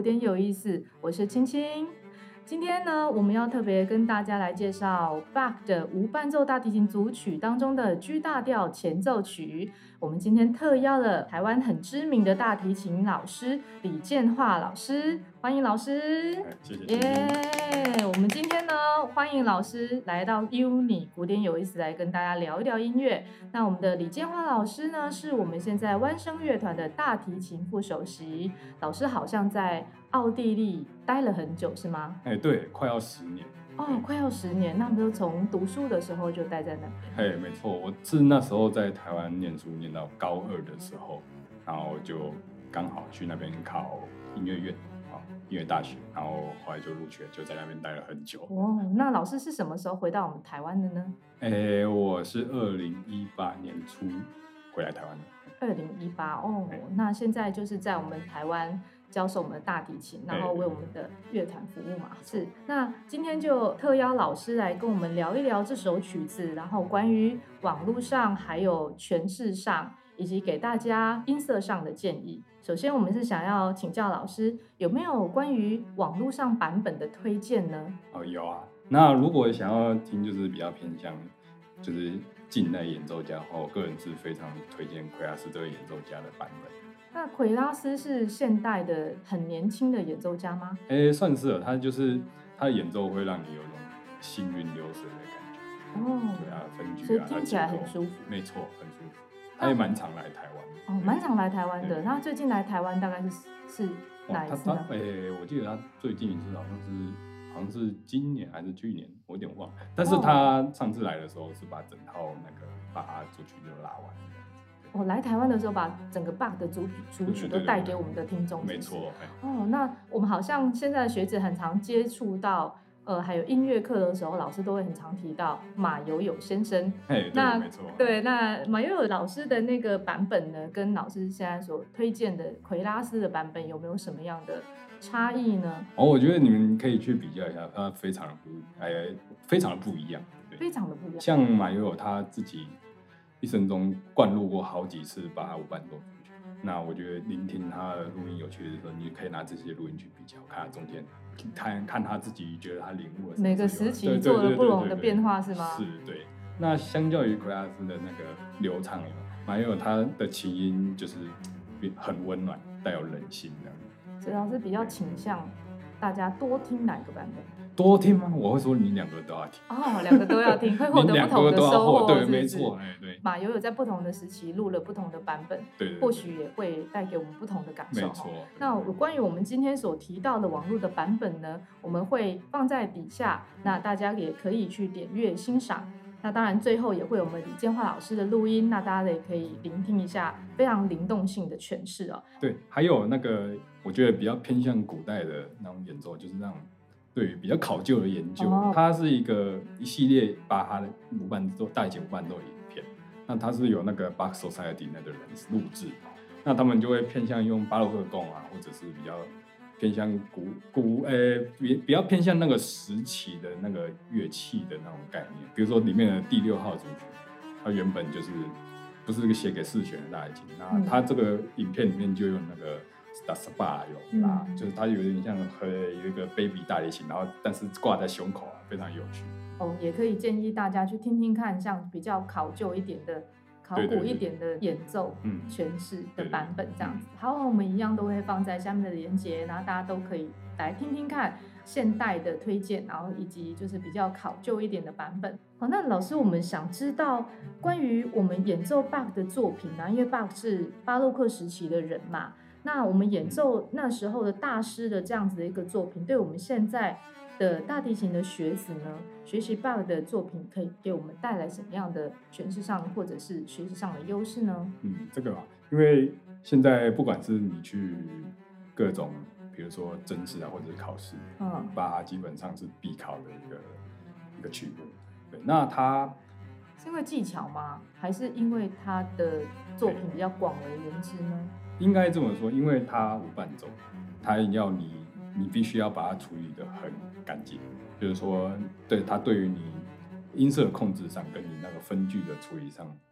典有意思，我是青青。今天呢，我们要特别跟大家来介绍 Bach 的无伴奏大提琴组曲当中的 G 大调前奏曲。我们今天特邀了台湾很知名的大提琴老师李建化老师，欢迎老师。 谢谢。 耶！我们今天呢，欢迎老师来到 Uni 古典有意思来跟大家聊一聊音乐。那我们的李建化老师呢，是我们现在湾声乐团的大提琴副首席老师，好像在奥地利待了很久，是吗？ 对，快要10年。 哦，快要10年，那不是从读书的时候就待在那边？ 没错，我是那时候在台湾念书，念到高2的时候，然后就刚好去那边考音乐院，音乐大学，然后后来就录取了，就在那边待了很久。 哦，那老师是什么时候回到我们台湾的呢？ 我是2018年初回来台湾的。 2018哦，那现在就是在我们台湾教授我们的大提琴，然后为我们的乐团服务嘛。是，那今天就特邀老师来跟我们聊一聊这首曲子，然后关于网络上还有诠释上，以及给大家音色上的建议。首先，我们是想要请教老师，有没有关于网络上版本的推荐呢？ 有啊。那如果想要听就是比较偏向就是近代演奏家的话，我个人是非常推荐奎拉斯这个演奏家的版本。 那奎拉斯是现代的很年轻的演奏家吗？ 算是了，他就是他的演奏会让你有种行云流水的感觉。对啊，分句啊， 所以听起来很舒服。 没错，很舒服。他也蛮常来台湾。 蛮常来台湾的。那最近来台湾大概是哪一次呢？ 我记得他最近一次好像是今年还是去年，我有点忘了。但是他上次来的时候是把整套那个把他组曲就拉完。 来台湾的时候把整个 Bach 的组曲都带给我们的听众。 没错。 那我们好像现在的学子很常接触到还有音乐课的时候，老师都会很常提到马友友先生。 对，没错。 对，那马友友老师的那个版本呢，跟老师现在所推荐的奎拉斯的版本有没有什么样的差异呢？ 我觉得你们可以去比较一下，它非常的不一样。 非常的不一样。 像马友友他自己一生中灌录过好几次把他无伴奏组曲。那我觉得聆听他的录音有趣的时候，你可以拿这些录音去比较，看他中间看他自己觉得他领悟了每个时期做了不同的变化，是吗？ 是，对。那相较于奎拉斯的那个流畅，马友友他的琴音就是很温暖，带有人性的。 所以老师比较倾向大家多听哪个版本？ 多听吗？我会说你两个都要听。 两个都要听，会获得不同的收获。 对，没错。对。 马友友在不同的时期录了不同的版本， 对， 或许也会带给我们不同的感受。 没错。 那关于我们今天所提到的网络的版本呢，我们会放在底下，那大家也可以去点阅欣赏。那当然最后也会有我们李建化老师的录音，那大家也可以聆听一下非常灵动性的诠释哦。 对，还有那个我觉得比较偏向古代的那种演奏，就是那种对比较考究的研究。它是一系列把他的大提琴无伴奏影片，那它是有那个 Bach Society 那个人录制，那他们就会偏向用巴洛克弓啊，或者是比较偏向比较偏向那个时期的那个乐器的那种概念。比如说里面的第6号组曲，它原本就是不是写给4弦的大提琴，那它这个影片里面就用那个 Stasba 就是它有点像有一个 baby 大提琴，然后但是挂在胸口，非常有趣。 也可以建议大家去听听看，像比较考究一点的。考古一点的演奏诠释的版本这样子。好，我们一样都会放在下面的连结，然后大家都可以来听听看现代的推荐，然后以及就是比较考究一点的版本。好，那老师，我们想知道关于我们演奏 Bach 的作品啊，因为 Bach 是巴洛克时期的人嘛，那我们演奏那时候的大师的这样子的一个作品，对我们现在的大提琴的学子呢，学习 Bach 的作品可以给我们带来什么样的诠释上或者是学习上的优势呢？ 这个因为现在不管是你去各种比如说甄试啊或者是考试，Bach基本上是必考的一个曲目。对，那它是因为技巧吗？还是因为他的作品比较广为人知呢？ 应该这么说，因为它无伴奏，它要你必须要把它处理得很干净，就是说，它对于你音色的控制上，跟你那个分句的处理上，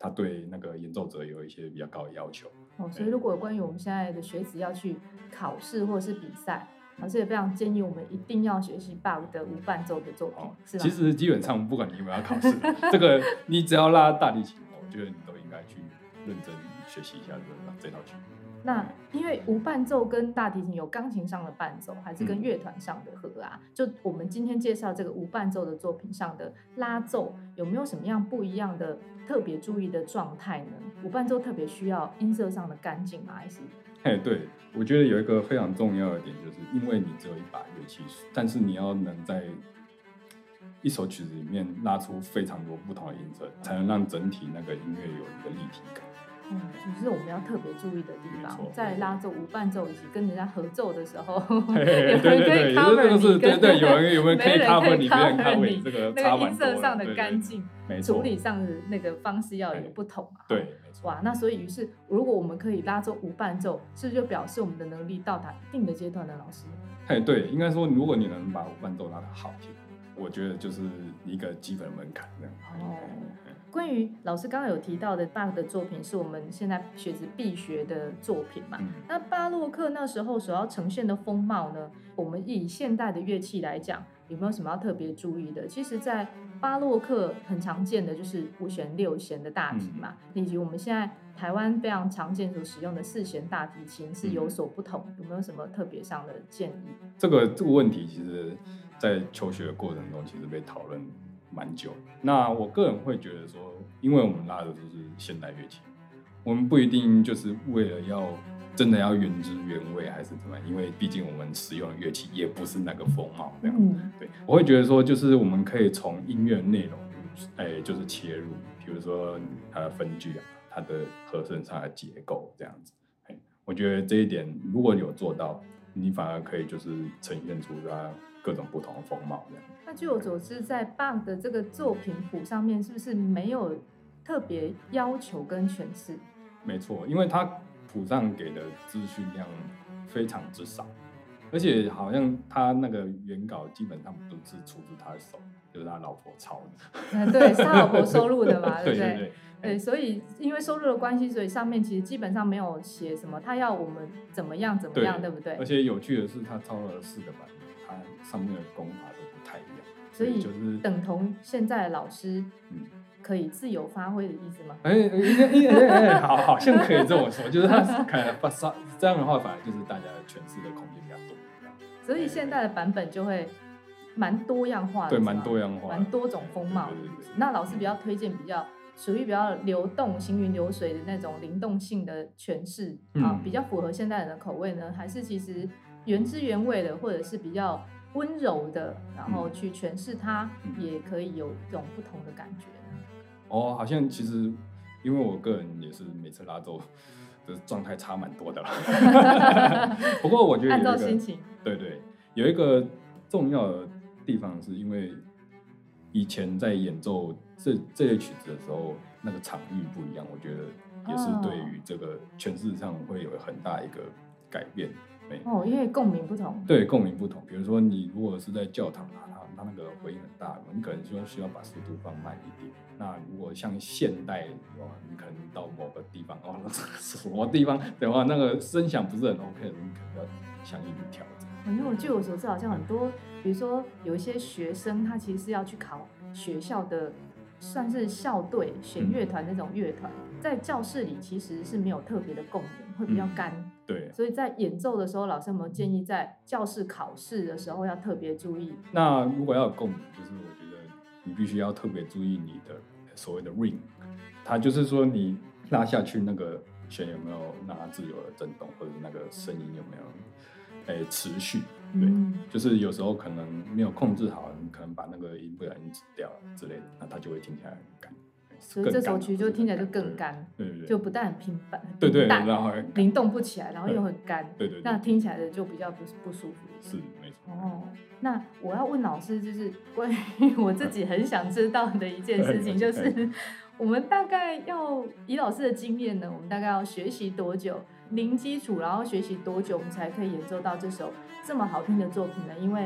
他对那个演奏者有一些比较高的要求。 所以如果关于我们现在的学子要去考试或者是比赛，老师也非常建议我们一定要学习 Bach 的无伴奏的作品，是吗？ 其实基本上不管你有没有要考试，这个你只要拉大提琴，我觉得你都应该去认真学习一下这套曲。 那因为无伴奏跟大提琴有钢琴上的伴奏，还是跟乐团上的和啊？就我们今天介绍这个无伴奏的作品上的拉奏，有没有什么样不一样的特别注意的状态呢？无伴奏特别需要音色上的干净吗？还是？ 对，我觉得有一个非常重要的点，就是因为你只有一把乐器，但是你要能在一首曲子里面拉出非常多不同的音色，才能让整体那个音乐有一个立体感。 就是我们要特别注意的地方，在拉奏无伴奏以及跟人家合奏的时候， 对， 有人可以 cover 你， 对，有人可以 cover 你，别人 cover 你，这个那个音色上的干净， 没错， 处理上的那个方式要有不同啊。 对，没错。 哇，那所以于是，如果我们可以拉奏无伴奏，是不是就表示我们的能力到达一定的阶段呢？老师？ 对，应该说，如果你能把无伴奏拉得好听，我觉得就是一个基本门槛这样。 关于老师刚刚有提到的 Bach 的作品是我们现在学子必学的作品嘛？那巴洛克那时候所要呈现的风貌呢？我们以现代的乐器来讲，有没有什么要特别注意的？其实，在巴洛克很常见的就是5弦、6弦的大提嘛，以及我们现在台湾非常常见所使用的4弦大提琴是有所不同，有没有什么特别上的建议？ 这个问题其实，在求学的过程中，其实被讨论蛮久。那我个人会觉得说，因为我们拉的都是现代乐器，我们不一定就是为了要真的要原汁原味还是怎么样，因为毕竟我们使用的乐器也不是那个风貌这样。对，我会觉得说，就是我们可以从音乐内容，就是切入，比如说它的分句啊，它的和声上的结构这样子。我觉得这一点如果有做到，你反而可以就是呈现出它各种不同的风貌这样。 那据我所知，在 Bach 的这个作品谱上面，是不是没有特别要求跟诠释？ 没错，因为他谱上给的资讯量非常之少，而且好像他那个原稿基本上都是出自他的手，就是他老婆抄的。 对，是他老婆收录的嘛，对不对？ 对， 所以因为收入的关系，所以上面其实基本上没有写什么他要我们怎么样，对不对？ 而且有趣的是，他抄了4个版本，他上面的功法都不太一样， 所以就是等同现在的老师可以自由发挥的意思吗？ 好像可以这么说，就是他这样的话，反而就是大家诠释的空间比较多。 所以现在的版本就会蛮多样化的， 对，蛮多样化， 蛮多种风貌。那老师比较推荐属于比较流动、行云流水的那种灵动性的诠释啊，比较符合现代人的口味呢？还是其实原汁原味的，或者是比较温柔的，然后去诠释它，也可以有一种不同的感觉呢？ 好像其实因为我个人也是每次拉奏的状态差蛮多的啦。不过我觉得按照心情， 对，有一个重要的地方是因为以前在演奏这类曲子的时候，那个场域不一样，我觉得也是对于这个诠释上会有很大一个改变。 因为共鸣不同。 对，共鸣不同。比如说你如果是在教堂它那个回音很大，你可能就需要把速度放慢一点。那如果像现代你可能到某个地方什么地方的话，那个声响不是很 OK 的，你可能要相应的调整。 因为据我所知，好像很多，比如说有一些学生，他其实是要去考学校的算是校队、弦乐团那种乐团，在教室里其实是没有特别的共鸣，会比较干。 对， 所以在演奏的时候，老师有没有建议在教室考试的时候要特别注意？ 那如果要有共鸣，就是我觉得你必须要特别注意你的所谓的 ring， 它就是说你拉下去那个弦有没有让它自由的震动，或者那个声音有没有持续。对，就是有时候可能没有控制好，你可能把那个音不小心指掉了之类的，那它就会听起来很干。 所以这首曲就听起来就更干， 对， 就不但很平板， 对，然后灵动不起来，然后又很干， 对， 那听起来的就比较不舒服。 是没错。 那我要问老师，就是关于我自己很想知道的一件事情，就是我们大概要以老师的经验呢，我们大概要学习多久，零基础，然后学习多久，我们才可以演奏到这首这么好听的作品呢？因为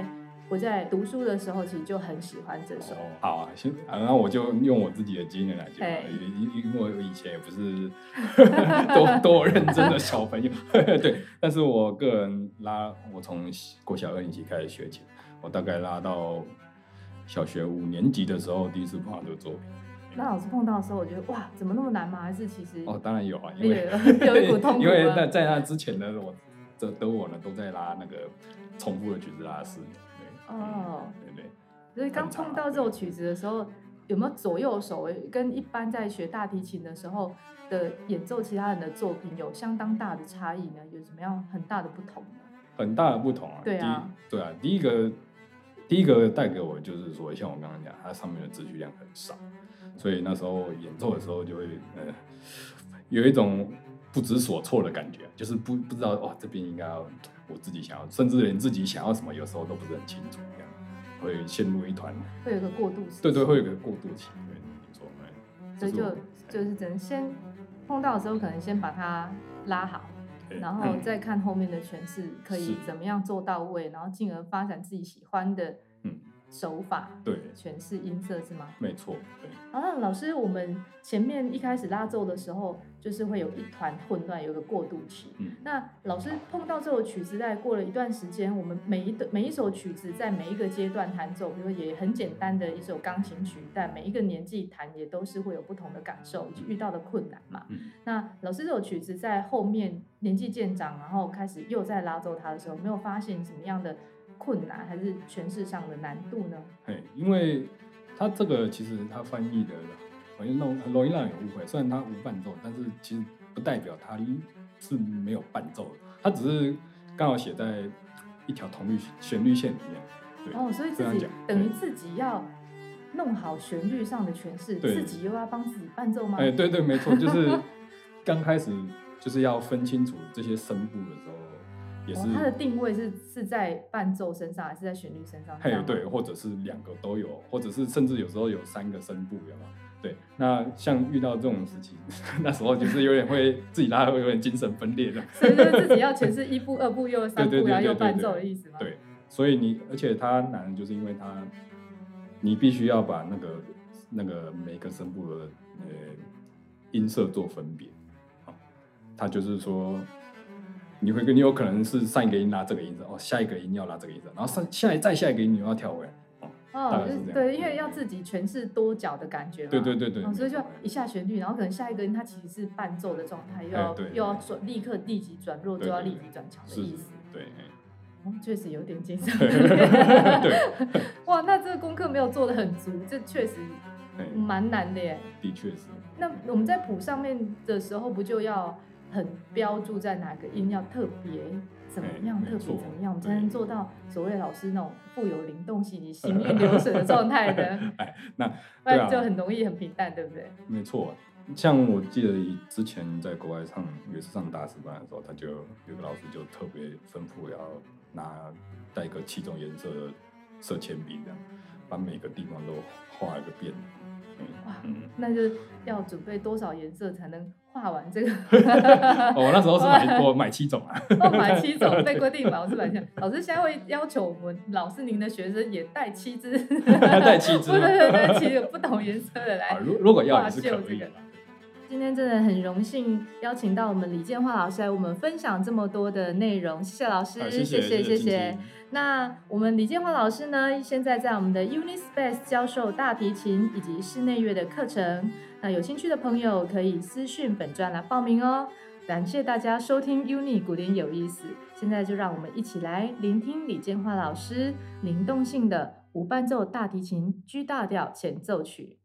我在读书的时候其实就很喜欢这首。 好啊，那我就用我自己的经验来讲，因为我以前也不是多认真的小朋友，对，但是我个人我从国小2年级开始学琴，我大概拉到小学5年级的时候，第一次碰到这个作品。 那老师碰到的时候，我觉得哇，怎么那么难吗？还是其实当然有啊，因为有一股痛苦。 因为在那之前呢，我都在拉那个重复的曲子拉4年。对。 所以刚碰到这首曲子的时候，有没有左右手跟一般在学大提琴的时候的演奏其他人的作品有相当大的差异呢？有什么样很大的不同呢？ 很大的不同啊！ 对啊， 第一个带给我就是说，像我刚刚讲，它上面的字句量很少，所以那时候演奏的时候就会有一种不知所措的感觉，就是不知道这边应该要我自己想要，甚至连自己想要什么有时候都不是很清楚，这样会陷入一团， 会有个过渡期。 对，会有个过渡期，对，没错。 所以就是只能先碰到的时候，可能先把它拉好。然后再看后面的诠释可以怎么样做到位，然后进而发展自己喜欢的手法， 对， 诠释音色是吗？ 没错，对。 那老师，我们前面一开始拉奏的时候，就是会有一团混乱，有个过渡期。那老师碰到这首曲子，在过了一段时间，我们每一首曲子在每一个阶段弹奏，比如说也很简单的一首钢琴曲，但每一个年纪弹也都是会有不同的感受，遇到的困难嘛。那老师这首曲子在后面年纪渐长，然后开始又在拉奏它的时候，没有发现什么样的困难，还是诠释上的难度呢？ 因为它这个其实它翻译的很容易让人有误会，虽然它无伴奏，但是其实不代表它是没有伴奏的，它只是刚好写在一条同旋律线里面。对， 所以等于自己要弄好旋律上的诠释，自己又要帮自己伴奏吗？ 对，没错，就是刚开始就是要分清楚这些声部的时候。 它的定位是在伴奏身上，还是在旋律身上？ 对，或者是2个都有，或者是甚至有时候有3个声部，有吗？对，那像遇到这种时期，那时候就是有点会自己拉会有点精神分裂的。 所以就是自己要诠释1部、2部又3部，然后又伴奏的意思吗？ 对，所以而且它难就是因为你必须要把那个每个声部的音色做分别，它就是说。你有可能是上一个音拉这个音色，下一个音要拉这个音色，然后再下一个音你又要跳回来，大概是这样。 对，因为要自己诠释多角的感觉嘛。 对。 所以就一下旋律，然后可能下一个音它其实是伴奏的状态，又要立刻立即转弱，就要立即转强的意思。 对。 确实有点精神。对。哇，那这个功课没有做得很足，这确实蛮难的耶。 的确是。 那我们在谱上面的时候，不就要很标注在哪个音要特别怎么样，特别怎么样，我们才能做到所谓老师那种富有灵动性及行云流水的状态呢？不然就很容易很平淡，对不对？ 没错，像我记得之前在国外也是上大师班的时候，他就有个老师就特别吩咐要带一个7种颜色的色铅笔，这样把每个地方都画一个遍。 哇，那就要准备多少颜色才能画完这个？ 我那时候是买7种啊。 买7种被规定老师买7种。老师现在会要求我们老师您的学生也带7支， 带7支， 对，7个不同颜色的来如果要也是可以的。 今天真的很荣幸邀请到我们李建华老师来我们分享这么多的内容，谢谢老师，谢谢。那我们李建华老师呢，现在在我们的 Unispace 教授大提琴以及室内乐的课程，那有兴趣的朋友可以私讯本专来报名哦。感谢大家收听 Uni 古典有意思，现在就让我们一起来聆听李建华老师灵动性的无伴奏大提琴 G 大调前奏曲。